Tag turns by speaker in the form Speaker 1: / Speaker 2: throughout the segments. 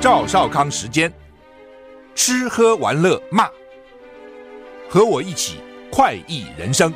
Speaker 1: 赵少康时间，吃喝玩乐骂，和我一起快意人生。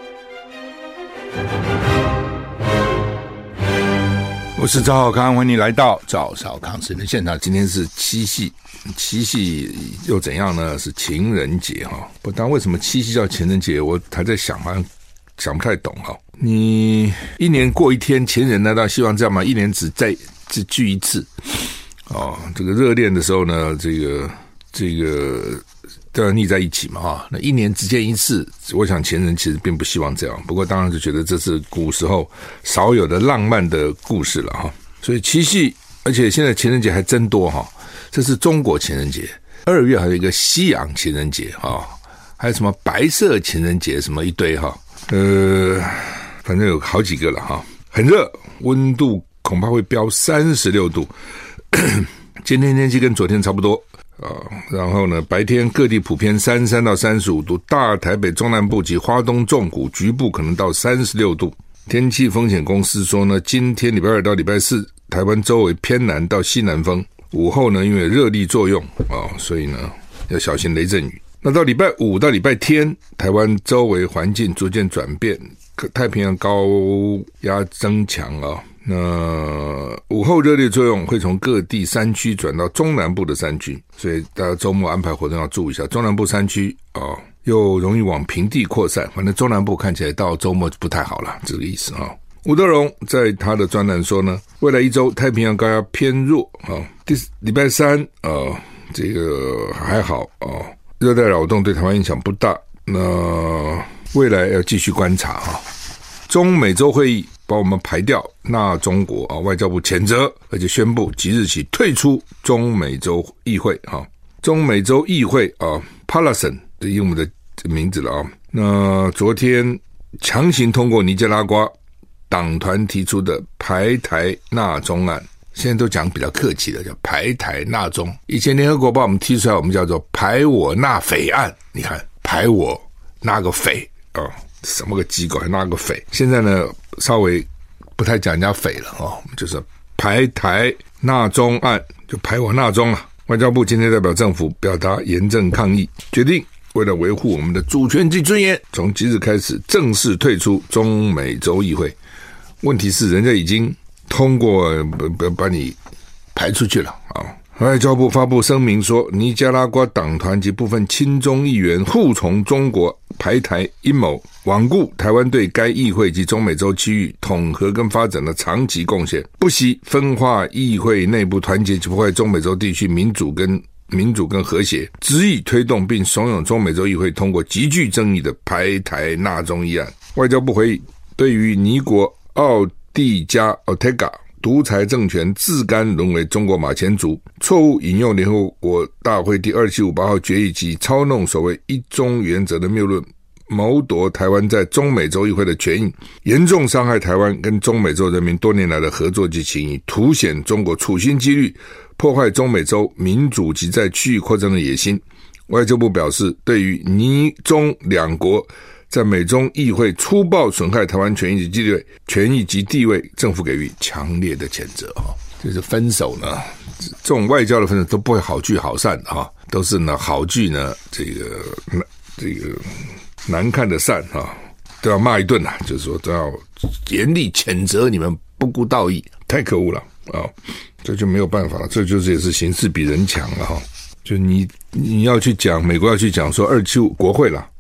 Speaker 2: 我是赵少康，欢迎你来到赵少康时间现场。今天是七夕，七夕又怎样呢？是情人节哈。不，但为什么七夕叫情人节？我还在想，好像想不太懂哈。你一年过一天，情人难道希望这样吗？一年只聚一次哦。这个热恋的时候呢，这个都要腻在一起嘛哈。那一年只见一次，我想前人其实并不希望这样。不过当然就觉得这是古时候少有的浪漫的故事了哈。所以七夕，而且现在情人节还真多哈。这是中国情人节，2月还有一个西洋情人节哈，还有什么白色情人节什么一堆哈。反正有好几个了哈。很热，温度恐怕会飙36度。今天天气跟昨天差不多。然后呢，白天各地普遍33到35度，大台北中南部及花东纵谷局部可能到36度。天气风险公司说呢，今天礼拜2到礼拜4，台湾周围偏南到西南风，午后呢因为热力作用所以呢要小心雷阵雨。那到礼拜5到礼拜天，台湾周围环境逐渐转变，太平洋高压增强那午后热烈作用会从各地山区转到中南部的山区，所以大家周末安排活动要注意一下。中南部山区又容易往平地扩散，反正中南部看起来到周末不太好了，这个意思吴德荣在他的专栏说呢，未来一周太平洋高压偏弱礼拜3这个还好热带扰动对台湾影响不大，那未来要继续观察中美洲会议把我们排掉，那中国外交部谴责，而且宣布即日起退出中美洲议会中美洲议会PALASON 的英文的名字了那昨天强行通过尼加拉瓜党团提出的排台纳中案，现在都讲比较客气的，叫排台纳中。以前联合国把我们踢出来，我们叫做排我纳匪案。你看，排我纳个匪什么个机构还纳个匪？现在呢，稍微不太讲人家匪了就是排台纳中案，就排我纳中了。外交部今天代表政府表达严正抗议，决定为了维护我们的主权及尊严，从即日开始正式退出中美洲议会。问题是人家已经通过把你排出去了外交部发布声明说，尼加拉瓜党团及部分亲中议员护从中国排台阴谋，罔顾台湾对该议会及中美洲区域统合跟发展的长期贡献，不惜分化议会内部团结及破坏中美洲地区民主跟和谐，执意推动并怂恿中美洲议会通过极具争议的排台纳中议案。外交部回应，对于尼国奥蒂加 Ortega独裁政权自甘沦为中国马前卒，错误引用联合国大会第2758号决议及操弄所谓一中原则的谬论，谋夺台湾在中美洲议会的权益，严重伤害台湾跟中美洲人民多年来的合作及情谊，凸显中国处心积虑破坏中美洲民主及在区域扩张的野心。外交部表示，对于尼中两国在美中议会粗暴损害台湾权益及地位，政府给予强烈的谴责就是分手呢，这种外交的分手都不会好聚好散的都是呢好聚呢这个难看的散都要骂一顿就是说都要严厉谴责你们不顾道义，太可恶了这就没有办法了，这就是也是形势比人强了就你要去讲，美国要去讲说275国会啦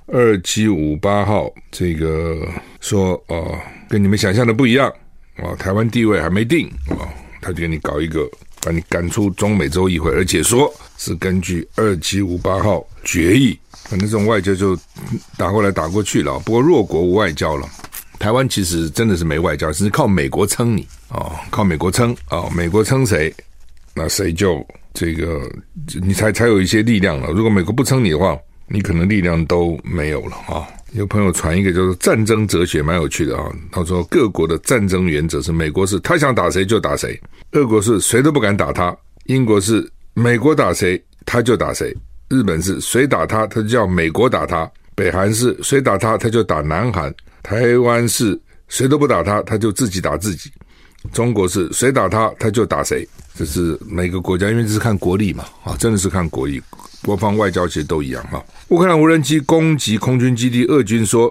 Speaker 2: 2758号这个说跟你们想象的不一样台湾地位还没定他就给你搞一个把你赶出中美洲议会，而且说是根据2758号决议，反正这种外交就打过来打过去了。不过弱国无外交了，台湾其实真的是没外交，只是靠美国撑你靠美国撑美国撑谁，那谁就这个你才有一些力量了。如果美国不撑你的话，你可能力量都没有了有朋友传一个就是战争哲学，蛮有趣的他说各国的战争原则是，美国是他想打谁就打谁，俄国是谁都不敢打他，英国是美国打谁他就打谁，日本是谁打他他就叫美国打他，北韩是谁打他他就打南韩，台湾是谁都不打他他就自己打自己中国是谁打他就打谁，这是每个国家，因为这是看国力嘛，真的是看国力，国防外交其实都一样。乌克兰无人机攻击空军基地，俄军说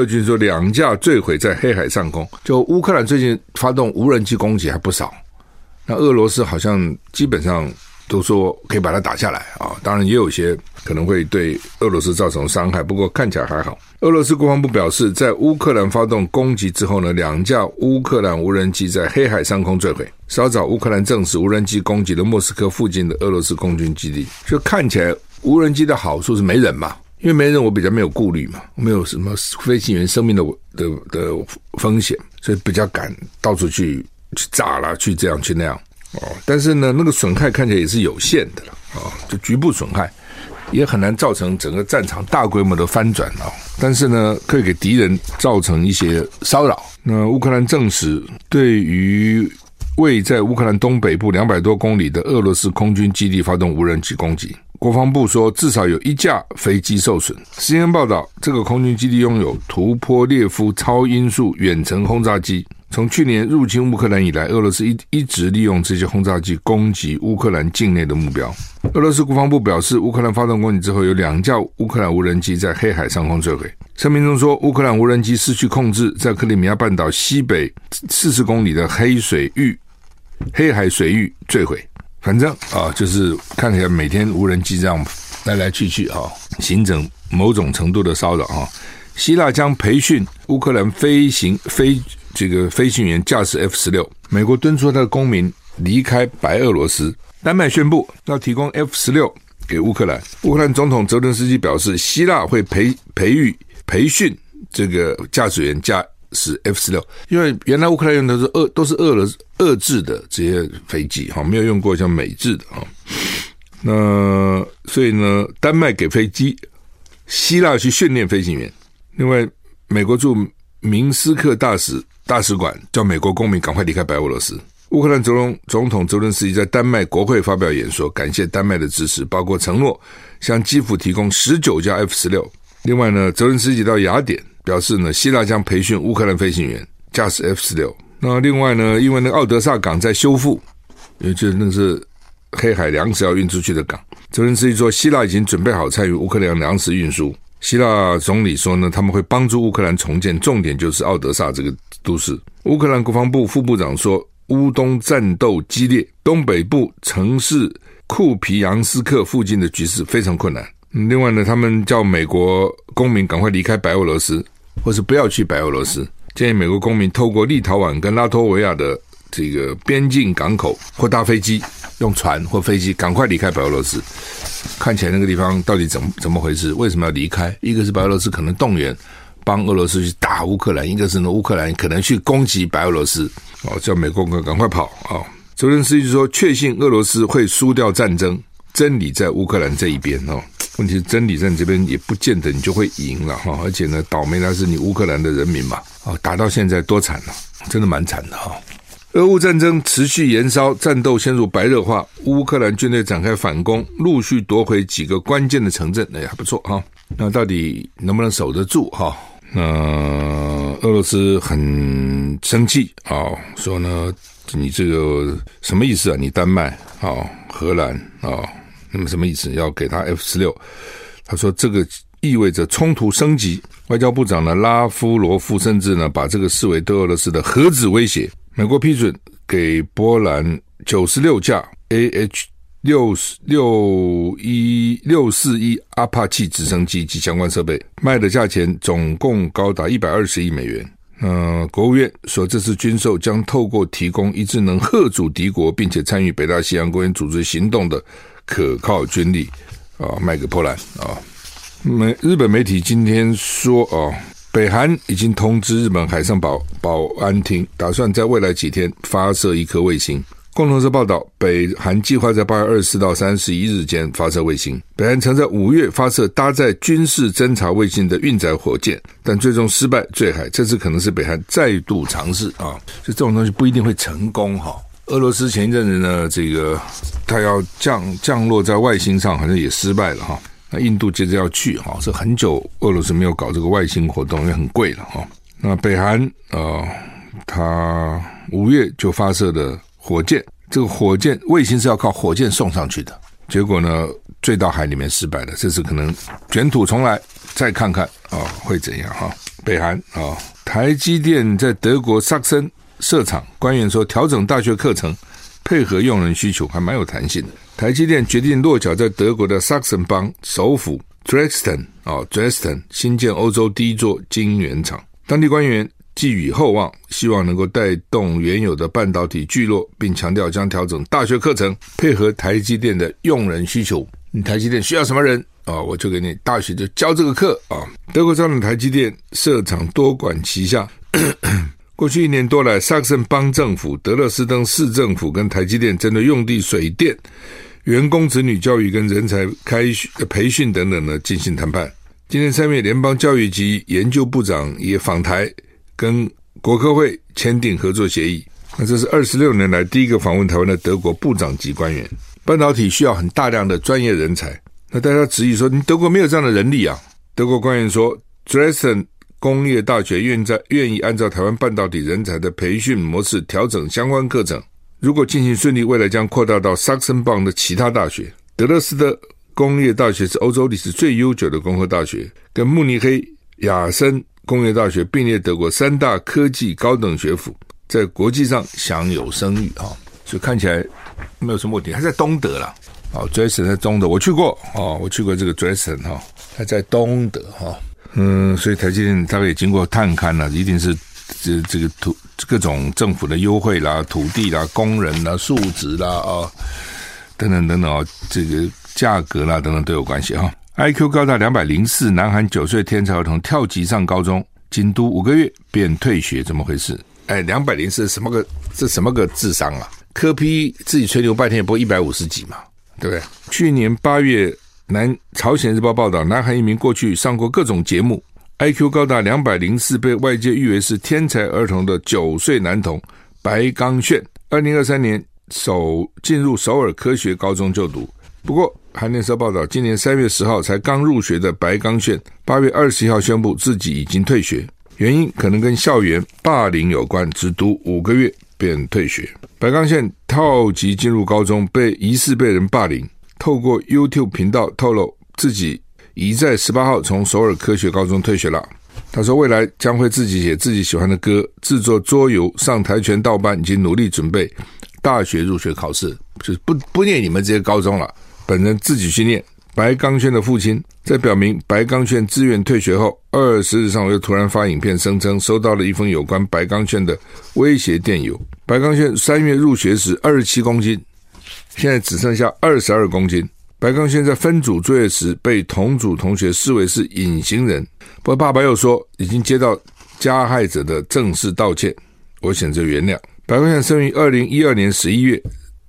Speaker 2: 2架坠毁在黑海上空。就乌克兰最近发动无人机攻击还不少，那俄罗斯好像基本上都说可以把它打下来当然也有些可能会对俄罗斯造成伤害，不过看起来还好。俄罗斯国防部表示，在乌克兰发动攻击之后呢，2架乌克兰无人机在黑海上空坠毁。稍早乌克兰证实无人机攻击了莫斯科附近的俄罗斯空军基地。就看起来无人机的好处是没人嘛，因为没人我比较没有顾虑嘛，没有什么飞行员生命的风险，所以比较敢到处去炸啦，去这样去那样但是呢那个损害看起来也是有限的了就局部损害，也很难造成整个战场大规模的翻转但是呢可以给敌人造成一些骚扰。那乌克兰证实对于位在乌克兰东北部200多公里的俄罗斯空军基地发动无人机攻击。国防部说至少有1架飞机受损。CNN报道，这个空军基地拥有图波列夫超音速远程轰炸机。从去年入侵乌克兰以来，俄罗斯一直利用这些轰炸机攻击乌克兰境内的目标。俄罗斯国防部表示，乌克兰发动攻击之后，有2架乌克兰无人机在黑海上空坠毁。声明中说，乌克兰无人机失去控制，在克里米亚半岛西北40公里的黑海水域坠毁。反正就是看起来每天无人机这样来来去去形成某种程度的骚扰希腊将培训乌克兰飞行员驾驶 F-16， 美国敦促他的公民离开白俄罗斯。丹麦宣布要提供 F-16 给乌克兰。乌克兰总统泽伦斯基表示，希腊会培训这个驾驶员驾驶 F-16， 因为原来乌克兰用的都是俄制的这些飞机没有用过像美制的那所以呢，丹麦给飞机，希腊去训练飞行员。另外，美国驻明斯克大使馆叫美国公民赶快离开白俄罗斯。乌克兰总统泽伦斯基在丹麦国会发表演说，感谢丹麦的支持，包括承诺向基辅提供19架 F-16。另外呢，泽伦斯基到雅典表示呢，希腊将培训乌克兰飞行员驾驶 F-16。那另外呢，因为那个奥德萨港在修复，因为那是黑海粮食要运出去的港。泽连斯基说，希腊已经准备好参与乌克兰粮食运输。希腊总理说呢，他们会帮助乌克兰重建，重点就是奥德萨这个都市。乌克兰国防部副部长说，乌东战斗激烈，东北部城市库皮扬斯克附近的局势非常困难。另外呢，他们叫美国公民赶快离开白俄罗斯，或是不要去白俄罗斯，建议美国公民透过立陶宛跟拉脱维亚的这个边境港口或搭飞机，用船或飞机赶快离开白俄罗斯。看起来那个地方到底怎么回事？为什么要离开？一个是白俄罗斯可能动员帮俄罗斯去打乌克兰，一个是呢乌克兰可能去攻击白俄罗斯叫美国赶快跑泽连斯基说，确信俄罗斯会输掉战争，真理在乌克兰这一边问题是真理在你这边也不见得你就会赢了而且呢，倒霉的是你乌克兰的人民嘛打到现在多惨了，真的蛮惨的俄乌战争持续延烧，战斗陷入白热化，乌克兰军队展开反攻，陆续夺回几个关键的城镇，还不错那到底能不能守得住那俄罗斯很生气说呢，你这个什么意思啊？你丹麦荷兰那么什么意思？要给他 F-16？ 他说这个意味着冲突升级。外交部长呢拉夫罗夫甚至呢把这个视为对俄罗斯的核子威胁。美国批准给波兰96架 AH-641阿帕奇直升机及相关设备，卖的价钱总共高达120亿美元。国务院说，这次军售将透过提供一支能吓阻敌国并且参与北大西洋公约组织行动的可靠军力卖给波兰日本媒体今天说北韩已经通知日本海上保安厅，打算在未来几天发射一颗卫星。共同社报道，北韩计划在8月24到31日间发射卫星。北韩曾在5月发射搭载军事侦察卫星的运载火箭，但最终失败坠海。这次可能是北韩再度尝试所以这种东西不一定会成功俄罗斯前一阵子呢，这个他要降落在外星上，好像也失败了那印度接着要去这很久俄罗斯没有搞这个外星活动，因为很贵了那北韩他5月就发射的火箭，这个火箭卫星是要靠火箭送上去的，结果呢坠到海里面失败了，这次可能卷土重来，再看看会怎样哈。北韩台积电在德国萨克森设厂，官员说调整大学课程配合用人需求还蛮有弹性的。台积电决定落脚在德国的萨克森邦首府 Dresden 新建欧洲第一座晶圆厂，当地官员寄予厚望，希望能够带动原有的半导体聚落，并强调将调整大学课程配合台积电的用人需求。你台积电需要什么人我就给你大学就教这个课德国招揽台积电设厂多管齐下过去1年多来，萨克森邦政府、德勒斯登市政府跟台积电针对用地、水电、员工子女教育跟人才培训等等的进行谈判。今年3月，联邦教育及研究部长也访台，跟国科会签订合作协议。那这是26年来第一个访问台湾的德国部长级官员。半导体需要很大量的专业人才，那大家质疑说，你德国没有这样的人力啊？德国官员说 Dresden 工业大学愿意按照台湾半导体人才的培训模式调整相关课程，如果进行顺利，未来将扩大到萨克森邦的其他大学。德勒斯的工业大学是欧洲历史最悠久的工科大学，跟慕尼黑亚森工业大学并列德国3大科技高等学府，在国际上享有声誉所以看起来没有什么问题。还在东德啦Dresden 在东德，我去过这个 Dresden 还在东德所以台积电大概也经过探勘了，一定是这个各种政府的优惠啦、土地啦、工人啦、素质啦等等等等这个价格啦等等都有关系IQ 高达204，南韩9岁天才儿童跳级上高中，仅读5个月便退学，怎么回事？204是什么个智商啊？柯 P 自己吹牛半天也不过150几嘛，对不对？去年8月，朝鲜日报报道，南韩一名过去上过各种节目 IQ 高达204，被外界誉为是天才儿童的9岁男童白刚炫，2023年进入首尔科学高中就读。不过韩联社报道，今年3月10号才刚入学的白刚炫8月21号宣布自己已经退学，原因可能跟校园霸凌有关，只读5个月便退学。白刚炫跳级进入高中，疑似被人霸凌，透过 YouTube 频道透露自己已在18号从首尔科学高中退学了。他说未来将会自己写自己喜欢的歌，制作桌游，上跆拳道班，以及努力准备大学入学考试，就是不念你们这些高中了，本人自己去念。白刚炫的父亲在表明白刚炫自愿退学后20日上午又突然发影片，声称收到了一封有关白刚炫的威胁电邮。白刚炫3月入学时27公斤，现在只剩下22公斤。白刚炫在分组作业时被同组同学视为是隐形人，不过爸爸又说已经接到加害者的正式道歉，我选择原谅。白刚炫生于2012年11月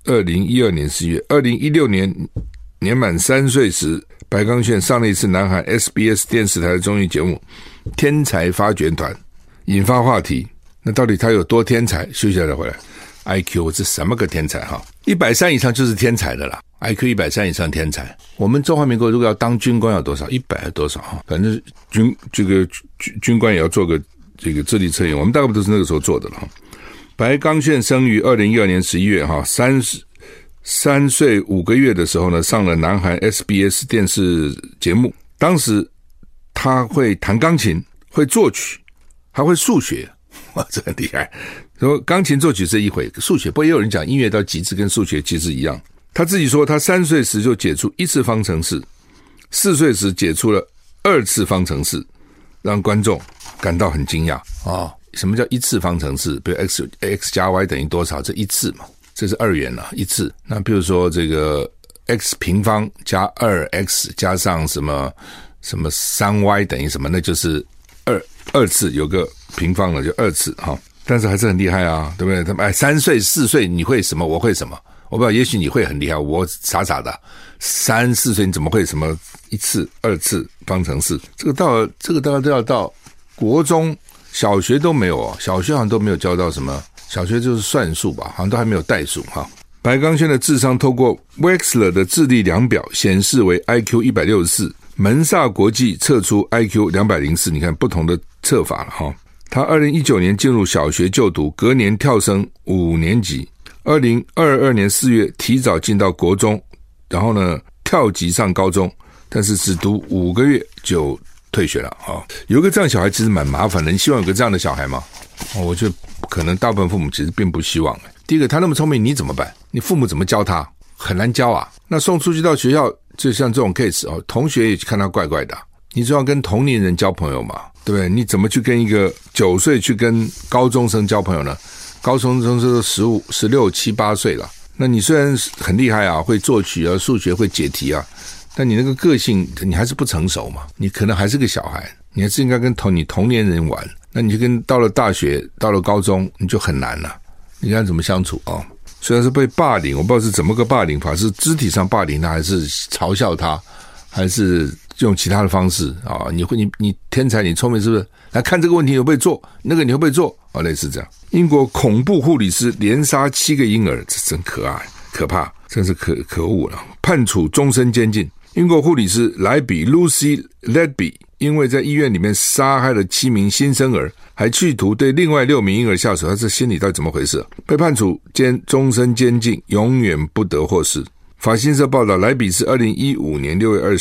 Speaker 2: ，2016年年满3岁时，白刚炫上了一次南韩 SBS 电视台的综艺节目《天才发掘团》，引发话题。那到底他有多天才？休息再回来。IQ 这什么个天才130以上就是天才的啦。IQ 130以上天才，我们中华民国如果要当军官要多少？100还多少反正军官也要做个这个智力测验，我们大概都是那个时候做的了白刚炫生于2012年11月3岁5个月的时候呢，上了南韩 SBS 电视节目。当时他会弹钢琴，会作曲，还会数学，哇，这很厉害。说钢琴作曲是一回，数学不过也有人讲音乐到极致跟数学其实一样。他自己说他3岁时就解出1次方程式，4岁时解出了2次方程式，让观众感到很惊讶什么叫1次方程式？比如 x 加 y 等于多少？这1次嘛，这是2元了1次。那比如说这个 x 平方加 2x 加上什么 3y 等于什么，那就是2次，有个平方了就2次但是还是很厉害对不对？他们3岁4岁你会什么？我会什么？我不知道，也许你会很厉害，我傻傻的3、4岁你怎么会什么1次、2次方程式？这个大概都要到国中、小学都没有小学好像都没有教到什么，小学就是算术吧，好像都还没有代数白刚炫的智商透过 Wechsler 的智力量表显示为 IQ 164，门萨国际测出 IQ 204，你看不同的测法了他2019年进入小学就读，隔年跳升5年级，2022年4月提早进到国中，然后呢跳级上高中，但是只读5个月就退学了啊。有一个这样的小孩其实蛮麻烦的，你希望有个这样的小孩吗？我觉得可能大部分父母其实并不希望。第一个，他那么聪明，你怎么办？你父母怎么教他？很难教啊。那送出去到学校，就像这种 case 同学也看他怪怪的，你就要跟同龄人交朋友嘛，对不对？你怎么去跟一个9岁去跟高中生交朋友呢？高中生都15、16、7、8岁了，那你虽然很厉害啊，会作曲啊，数学会解题啊，但你那个个性你还是不成熟嘛，你可能还是个小孩，你还是应该跟你同年人玩。那你就跟到了大学，到了高中，你就很难了，你看怎么相处啊？虽然是被霸凌，我不知道是怎么个霸凌法，是肢体上霸凌他，还是嘲笑他，还是用其他的方式啊？你天才，你聪明，是不是？来看这个问题你会不会做，那个你会不会做啊？类似这样。英国恐怖护理师连杀7个婴儿，这真可怕，真是可恶了，判处终身监禁。英国护理师莱比 Lucy Ledby 因为在医院里面杀害了7名新生儿，还企图对另外6名婴儿下手，他这心里到底怎么回事？被判处终身监禁，永远不得获释。法新社报道，莱比是2015年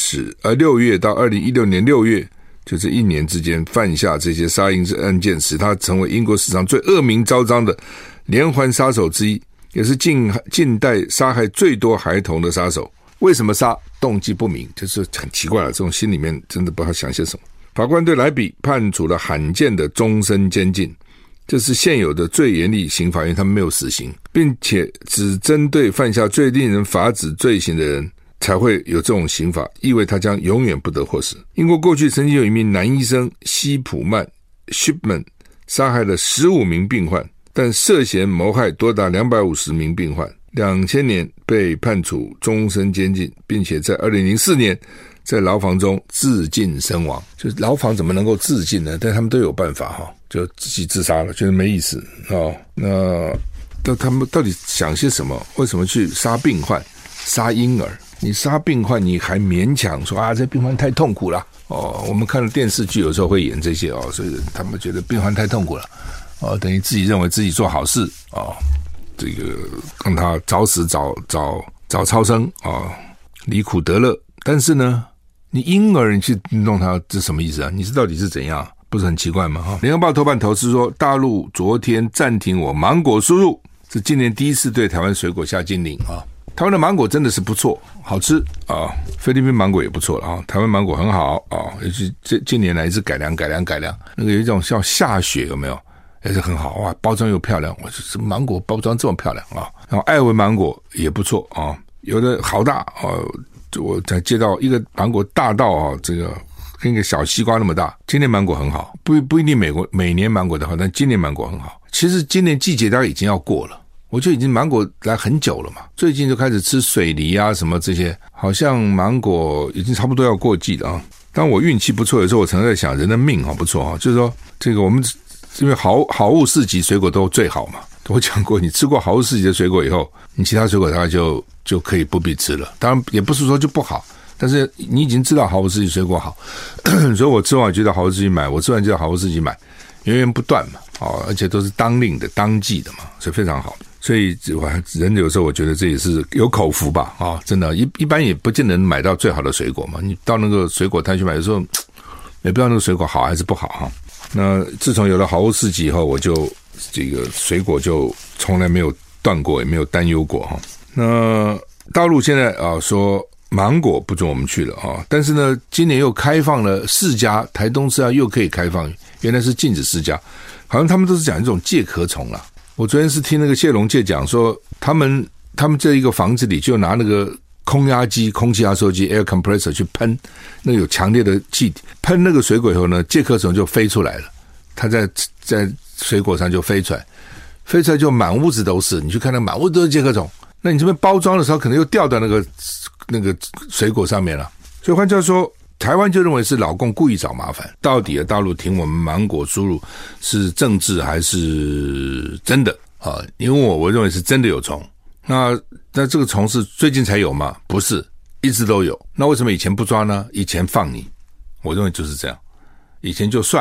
Speaker 2: 6月到2016年6月，就这1年之间犯下这些杀婴案件，使他成为英国史上最恶名昭彰的连环杀手之一，也是近代杀害最多孩童的杀手。为什么杀？动机不明，就是很奇怪了，这种心里面真的不知道想些什么。法官对莱比判处了罕见的终身监禁，这是现有的最严厉刑法，因为他们没有死刑，并且只针对犯下最令人发指罪行的人才会有这种刑法，意味他将永远不得获释。英国过去曾经有一名男医生西普曼 Shipman 杀害了15名病患，但涉嫌谋害多达250名病患，2000年被判处终身监禁，并且在2004年在牢房中自尽身亡。就是牢房怎么能够自尽呢？但他们都有办法就自己自杀了，觉得没意思那他们到底想些什么？为什么去杀病患、杀婴儿？你杀病患你还勉强说这病患太痛苦了我们看了电视剧有时候会演这些所以他们觉得病患太痛苦了等于自己认为自己做好事这个让他早死早超生离苦得乐。但是呢，你婴儿你去弄他，这什么意思啊？你是到底是怎样？不是很奇怪吗？联合报头版头是说，大陆昨天暂停我芒果输入，是今年第一次对台湾水果下禁令台湾的芒果真的是不错，好吃菲律宾芒果也不错了台湾芒果很好尤其近年来一直改良。那个有一种叫下雪有没有？也是很好包装又漂亮，这芒果包装这么漂亮然后爱文芒果也不错有的好大我才接到一个芒果大到这个跟一个小西瓜那么大。今年芒果很好，不一定每年芒果的好，但今年芒果很好。其实今年季节大概已经要过了，我就已经芒果来很久了嘛，最近就开始吃水梨什么这些，好像芒果已经差不多要过季了当我运气不错，有时候我常常在想人的命不错就是说这个我们因为好物市集水果都最好嘛，我讲过，你吃过好物市集的水果以后，你其他水果大概就可以不必吃了。当然也不是说就不好，但是你已经知道好物市集水果好所以我吃完就到好物市集买，我吃完就到好物市集买，源源不断嘛而且都是当令的当季的嘛，所以非常好。所以人有时候我觉得这也是有口福吧真的一般也不见得能买到最好的水果嘛，你到那个水果摊去买，有时候也不知道那个水果好还是不好那自从有了好物市集以后，我就这个水果就从来没有断过，也没有担忧过那大陆现在说芒果不准我们去了但是呢今年又开放了释迦，台东释迦又可以开放，原来是禁止释迦，好像他们都是讲一种介壳虫啦。我昨天是听那个谢龙介讲说，他们这一个房子里就拿那个空气压缩机 air compressor 去喷，那有强烈的气体，喷那个水果以后呢，介壳虫就飞出来了，它在水果上就飞出来就满屋子都是，你去看那满屋子都是介壳虫，那你这边包装的时候可能又掉到那个水果上面了。所以换句话说，台湾就认为是老共故意找麻烦，到底大陆停我们芒果输入是政治还是真的因为我认为是真的有虫。那这个虫是最近才有吗？不是，一直都有。那为什么以前不抓呢？以前放你，我认为就是这样，以前就算了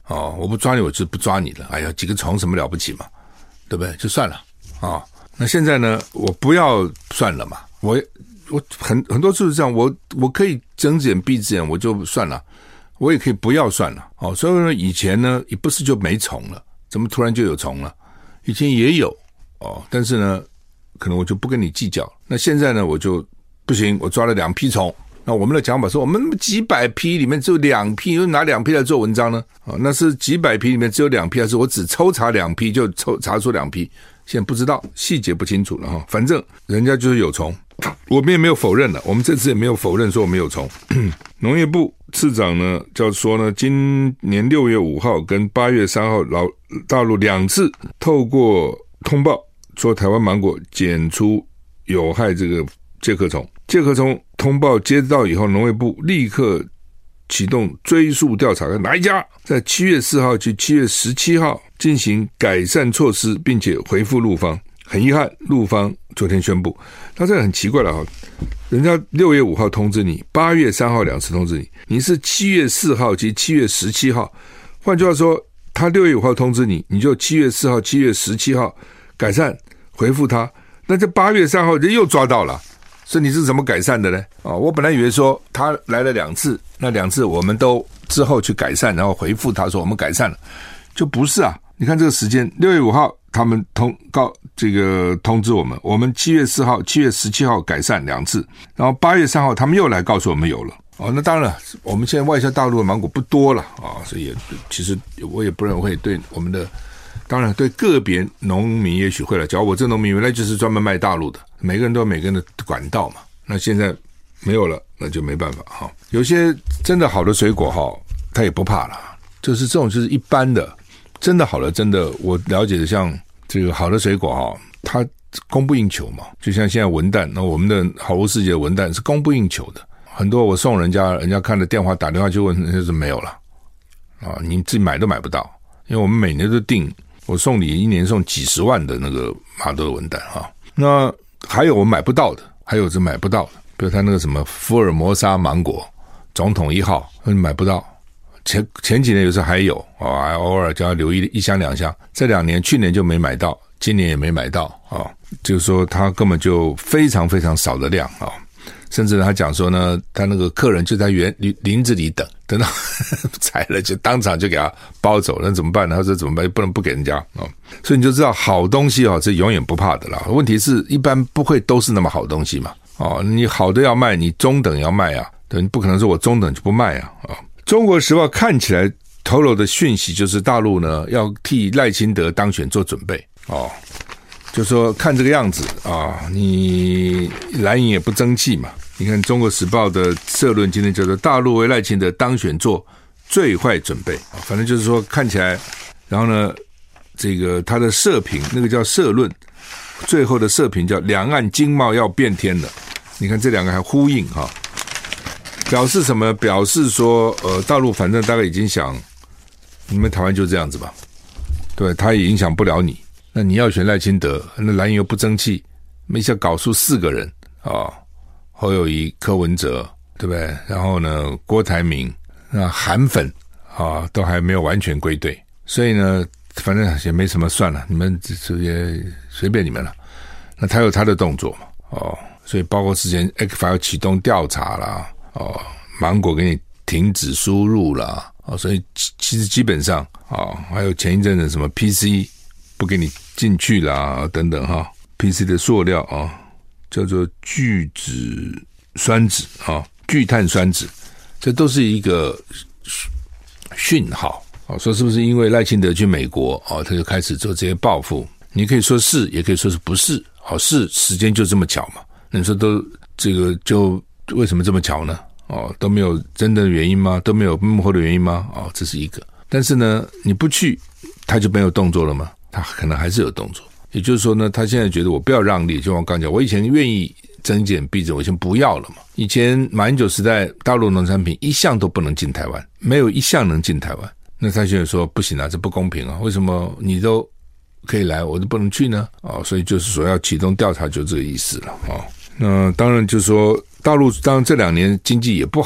Speaker 2: 我不抓你我就不抓你了，哎呀，几个虫什么了不起嘛，对不对？就算了那现在呢，我不要算了嘛，我很多次是这样，我可以睁只眼闭只眼，我就算了，我也可以不要算了所以呢，以前呢也不是就没虫了，怎么突然就有虫了？以前也有但是呢，可能我就不跟你计较。那现在呢，我就不行，我抓了2批虫。那我们的讲法说，我们几百批里面只有2批，又拿2批来做文章呢？那是几百批里面只有2批，还是我只抽查2批就查出2批？现在不知道，细节不清楚了反正人家就是有虫，我们也没有否认了，我们这次也没有否认说我们有虫。农业部次长呢，叫说呢，今年6月5号跟8月3号大陆2次透过通报说台湾芒果检出有害这个介壳虫。介壳虫通报接到以后，农业部立刻启动追溯调查，哪一家在7月4号及7月17号进行改善措施，并且回复陆方。很遗憾，陆方昨天宣布，那这个很奇怪了人家6月5号通知你，8月3号2次通知你，你是7月4号及7月17号，换句话说，他6月5号通知你，你就7月4号、7月17号改善回复他，那这8月3号人又抓到了。所以你是怎么改善的呢？我本来以为说他来了2次，那2次我们都之后去改善，然后回复他说我们改善了，就不是啊！你看这个时间，6月5号他们通知我们7月4号、7月17号改善2次，然后8月3号他们又来告诉我们有了。那当然，我们现在外销大陆的芒果不多了所以其实我也不认为对我们的。当然对个别农民也许会了，假如我这农民原来就是专门卖大陆的，每个人都有每个人的管道嘛，那现在没有了，那就没办法有些真的好的水果他也不怕了，就是这种就是一般的真的好的，真的我了解的像这个好的水果它供不应求嘛，就像现在文旦，那我们的好物世界的文旦是供不应求的，很多我送人家看了电话打电话就问，人家说没有了你自己买都买不到，因为我们每年都订，我送礼1年送几十万的那个马多的文旦那还有我买不到的，还有是买不到的，比如他那个什么福尔摩沙芒果总统1号买不到，前几年有时候还有偶尔就要留1箱2箱，这2年去年就没买到，今年也没买到就是说他根本就非常非常少的量甚至他讲说呢，他那个客人就在林子里等到采了就当场就给他包走，那怎么办呢？他说怎么办？不能不给人家所以你就知道好东西是永远不怕的啦。问题是一般不会都是那么好东西嘛你好的要卖，你中等要卖对，你不可能说我中等就不卖中国时报看起来透露的讯息就是大陆呢要替赖清德当选做准备就说看这个样子你蓝营也不争气嘛。你看中国时报的社论今天叫做大陆为赖清德当选做最坏准备反正就是说看起来，然后呢这个他的社评那个叫社论，最后的社评叫两岸经贸要变天了。你看这两个还呼应表示什么？表示说大陆反正大概已经想你们台湾就这样子吧，对，他也影响不了你，那你要选赖清德，那蓝营又不争气，没想搞出4个人侯友宜、柯文哲，对不对？然后呢，郭台铭，那韩粉都还没有完全归队，所以呢，反正也没什么，算了，你们也随便你们了。那他有他的动作嘛，所以包括之前 ECFA 要启动调查啦，芒果给你停止输入啦，所以其实基本上还有前一阵子什么 PC 不给你进去啦等等PC 的塑料叫做聚酯酸酯聚碳酸酯，这都是一个讯号说是不是因为赖清德去美国他就开始做这些报复？你可以说是，也可以说是不是是时间就这么巧嘛？你说都这个就为什么这么巧呢？都没有真的原因吗？都没有幕后的原因吗？这是一个。但是呢，你不去，他就没有动作了吗？他可能还是有动作。也就是说呢，他现在觉得我不要让利，就像我刚讲，我以前愿意增减币值，我先不要了嘛。以前马英九时代，大陆农产品一项都不能进台湾，没有一项能进台湾。那他现在说不行这不公平为什么你都可以来，我都不能去呢？所以就是说要启动调查，就这个意思了那当然就是说，大陆当然这2年经济也不好了，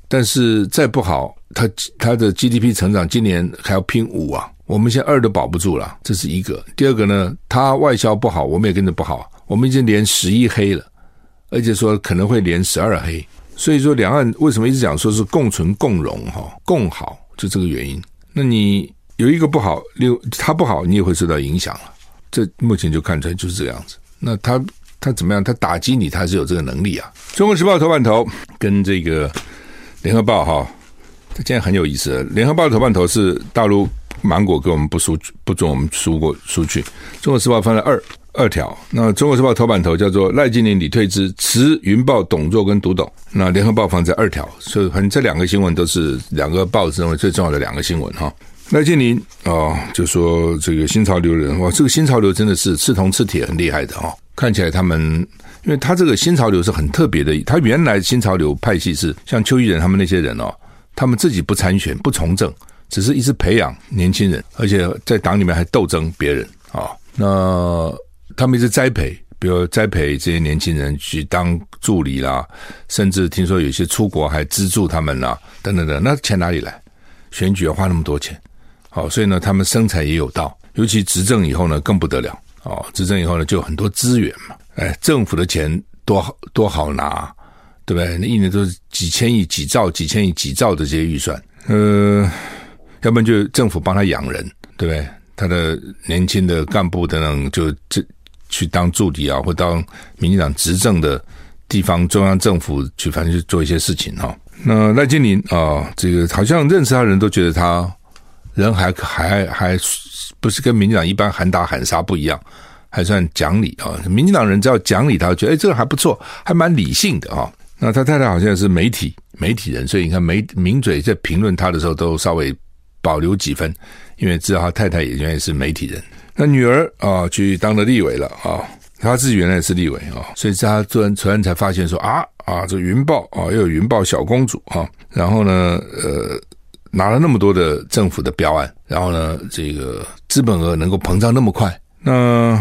Speaker 2: 但是再不好，它的 GDP 成长今年还要拼5啊，我们现在2都保不住了，这是一个。第二个呢，它外销不好，我们也跟着不好，我们已经连11黑了，而且说可能会连12黑。所以说两岸为什么一直讲说是共存共荣共好，就这个原因。那你有一个不好，它不好，你也会受到影响了。这目前就看出来就是这个样子。那他怎么样？他打击你，他是有这个能力啊。中国时报头版头跟这个联合报它现在很有意思了。联合报的头版头是大陆芒果给我们不准我们输去，中国时报分了二条。那中国时报头版头叫做赖清德李退之辞云豹董座跟独董，那联合报放在2条，所以反正这2个新闻都是2个报纸认为最重要的2个新闻赖清德就说这个新潮流人，哇，这个新潮流真的是刺铜刺铁很厉害的看起来他们，因为他这个新潮流是很特别的，他原来新潮流派系是像邱毅人他们那些人他们自己不参选不从政，只是一直培养年轻人，而且在党里面还斗争别人那他们一直栽培，比如栽培这些年轻人去当助理啦，甚至听说有些出国还资助他们啦，等等等，那钱哪里来？选举要花那么多钱，所以呢，他们生财也有道，尤其执政以后呢，更不得了执政以后呢，就有很多资源嘛，政府的钱多好拿，对不对？那一年都是几千亿、几兆的这些预算，要不然就政府帮他养人，对不对？他的年轻的干部等等就去当助理啊，或当民进党执政的地方中央政府去，反正去做一些事情那赖清德这个好像认识他的人都觉得他人还不是跟民进党一般喊打喊杀不一样，还算讲理民进党人只要讲理，他觉得这个还不错，还蛮理性的那他太太好像是媒体人，所以你看名嘴在评论他的时候都稍微保留几分，因为知道他太太也原来是媒体人。那女儿去当了立委了他自己原来也是立委所以他突然才发现说这云豹又有云豹小公主然后呢拿了那么多的政府的标案，然后呢这个资本额能够膨胀那么快，那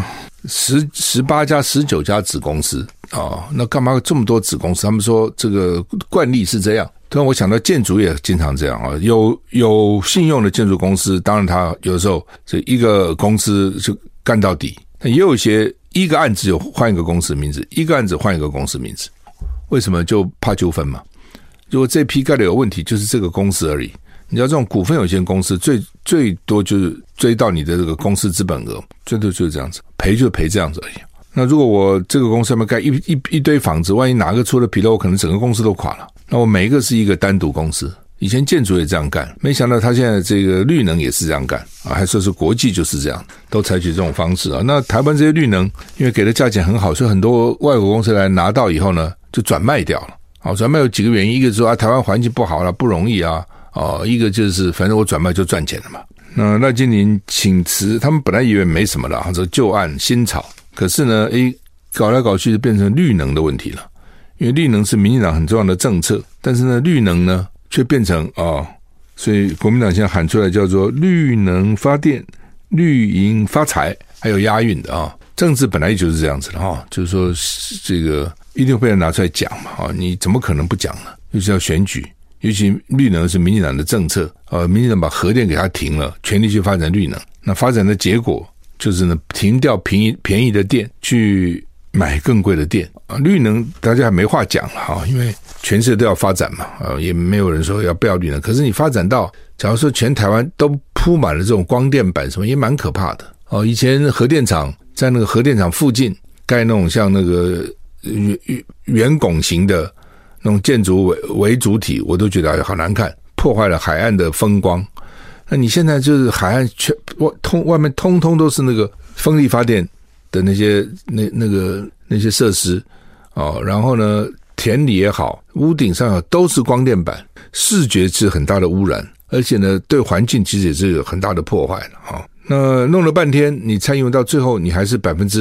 Speaker 2: 18家19家子公司那干嘛这么多子公司？他们说这个惯例是这样。突然我想到建筑也经常这样有信用的建筑公司，当然他有的时候这一个公司就干到底，但也有一些一个案子就换一个公司名字，一个案子换一个公司名字，为什么？就怕纠纷嘛。如果这批盖的有问题，就是这个公司而已。你知道这种股份有限公司最多就是追到你的这个公司资本额，最多就是这样子，赔就赔这样子而已。那如果我这个公司上面盖一堆房子，万一哪个出了纰漏，我可能整个公司都垮了。那我每一个是一个单独公司，以前建筑也这样干，没想到他现在这个绿能也是这样干还说是国际就是这样，都采取这种方式那台湾这些绿能因为给的价钱很好，所以很多外国公司来拿到以后呢，就转卖掉了转卖有几个原因，一个是说台湾环境不好了，不容易一个就是反正我转卖就赚钱了嘛。那赖清德请辞，他们本来以为没什么了这个旧案新炒，可是呢搞来搞去就变成绿能的问题了。因为绿能是民进党很重要的政策，但是呢绿能呢却变成所以国民党现在喊出来叫做绿能发电绿营发财，还有押韵的政治本来就是这样子的就是说这个一定会拿出来讲嘛你怎么可能不讲呢？尤其要选举，尤其绿能是民进党的政策民进党把核电给它停了，全力去发展绿能，那发展的结果就是呢停掉便宜的电，去买更贵的电绿能大家还没话讲了因为全世界都要发展嘛也没有人说要不要绿能，可是你发展到假如说全台湾都铺满了这种光电板什么，也蛮可怕的以前核电厂在那个核电厂附近盖那种像那个圆拱形的那种建筑为主体，我都觉得好难看，破坏了海岸的风光。那你现在就是海岸外面通通都是那个风力发电的那些设施然后呢田里也好，屋顶上也好，都是光电板，视觉是很大的污染，而且呢对环境其实也是有很大的破坏了那弄了半天，你参与到最后你还是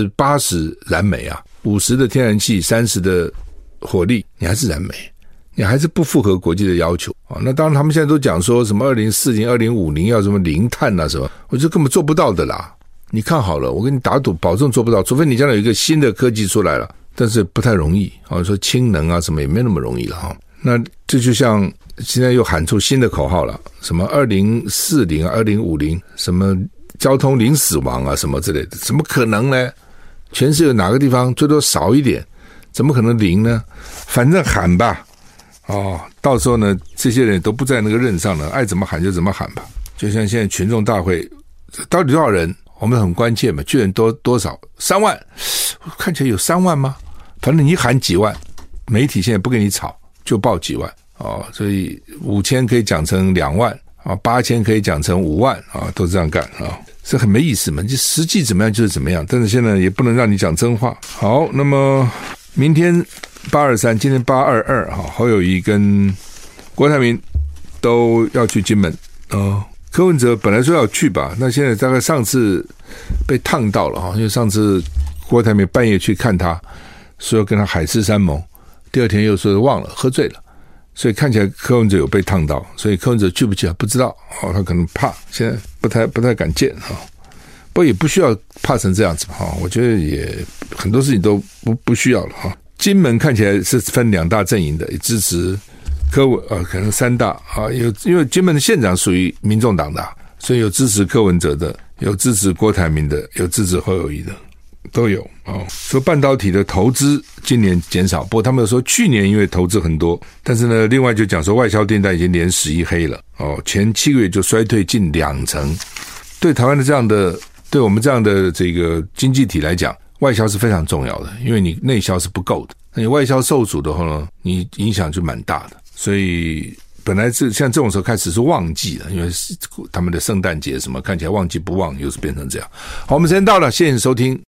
Speaker 2: 80% 燃煤50%的天然气，30%的火力，你还是燃煤，你还是不符合国际的要求那当然他们现在都讲说什么2040 2050要什么零碳什么，我就根本做不到的啦。你看好了，我跟你打赌保证做不到，除非你将来有一个新的科技出来了，但是不太容易说氢能什么也没那么容易了那这就像现在又喊出新的口号了，什么2040、2050，什么交通零死亡啊，什么之类的，怎么可能呢？全世界哪个地方最多少一点，怎么可能零呢？反正喊吧，到时候呢，这些人都不在那个任上了，爱怎么喊就怎么喊吧。就像现在群众大会，到底多少人？我们很关切嘛，巨人多少？3万，看起来有3万吗？反正你喊几万，媒体现在不跟你吵，就报几万所以5000可以讲成2万8000可以讲成5万都这样干这很没意思嘛。就实际怎么样就是怎么样，但是现在也不能让你讲真话。好，那么明天823，今天822侯友宜跟郭台铭都要去金门柯文哲本来说要去吧，那现在大概上次被烫到了因为上次郭台铭半夜去看他，说要跟他海誓山盟，第二天又说忘了，喝醉了，所以看起来柯文哲有被烫到，所以柯文哲去不去不知道他可能怕，现在不太敢见不过也不需要怕成这样子我觉得也很多事情都不需要了金门看起来是分2大阵营的，也支持柯文可能3大因为金门的县长属于民众党的，所以有支持柯文哲的，有支持郭台铭的，有支持侯友宜的，都有说半导体的投资今年减少，不过他们说去年因为投资很多，但是呢，另外就讲说外销订单已经连11黑了前7个月就衰退近20%，对台湾的这样的，对我们这样的这个经济体来讲，外销是非常重要的，因为你内销是不够的，那你外销受阻的话呢，你影响就蛮大的。所以本来是像这种时候开始是旺季了，因为他们的圣诞节什么看起来旺季不旺，又是变成这样。好，我们时间到了，谢谢你收听。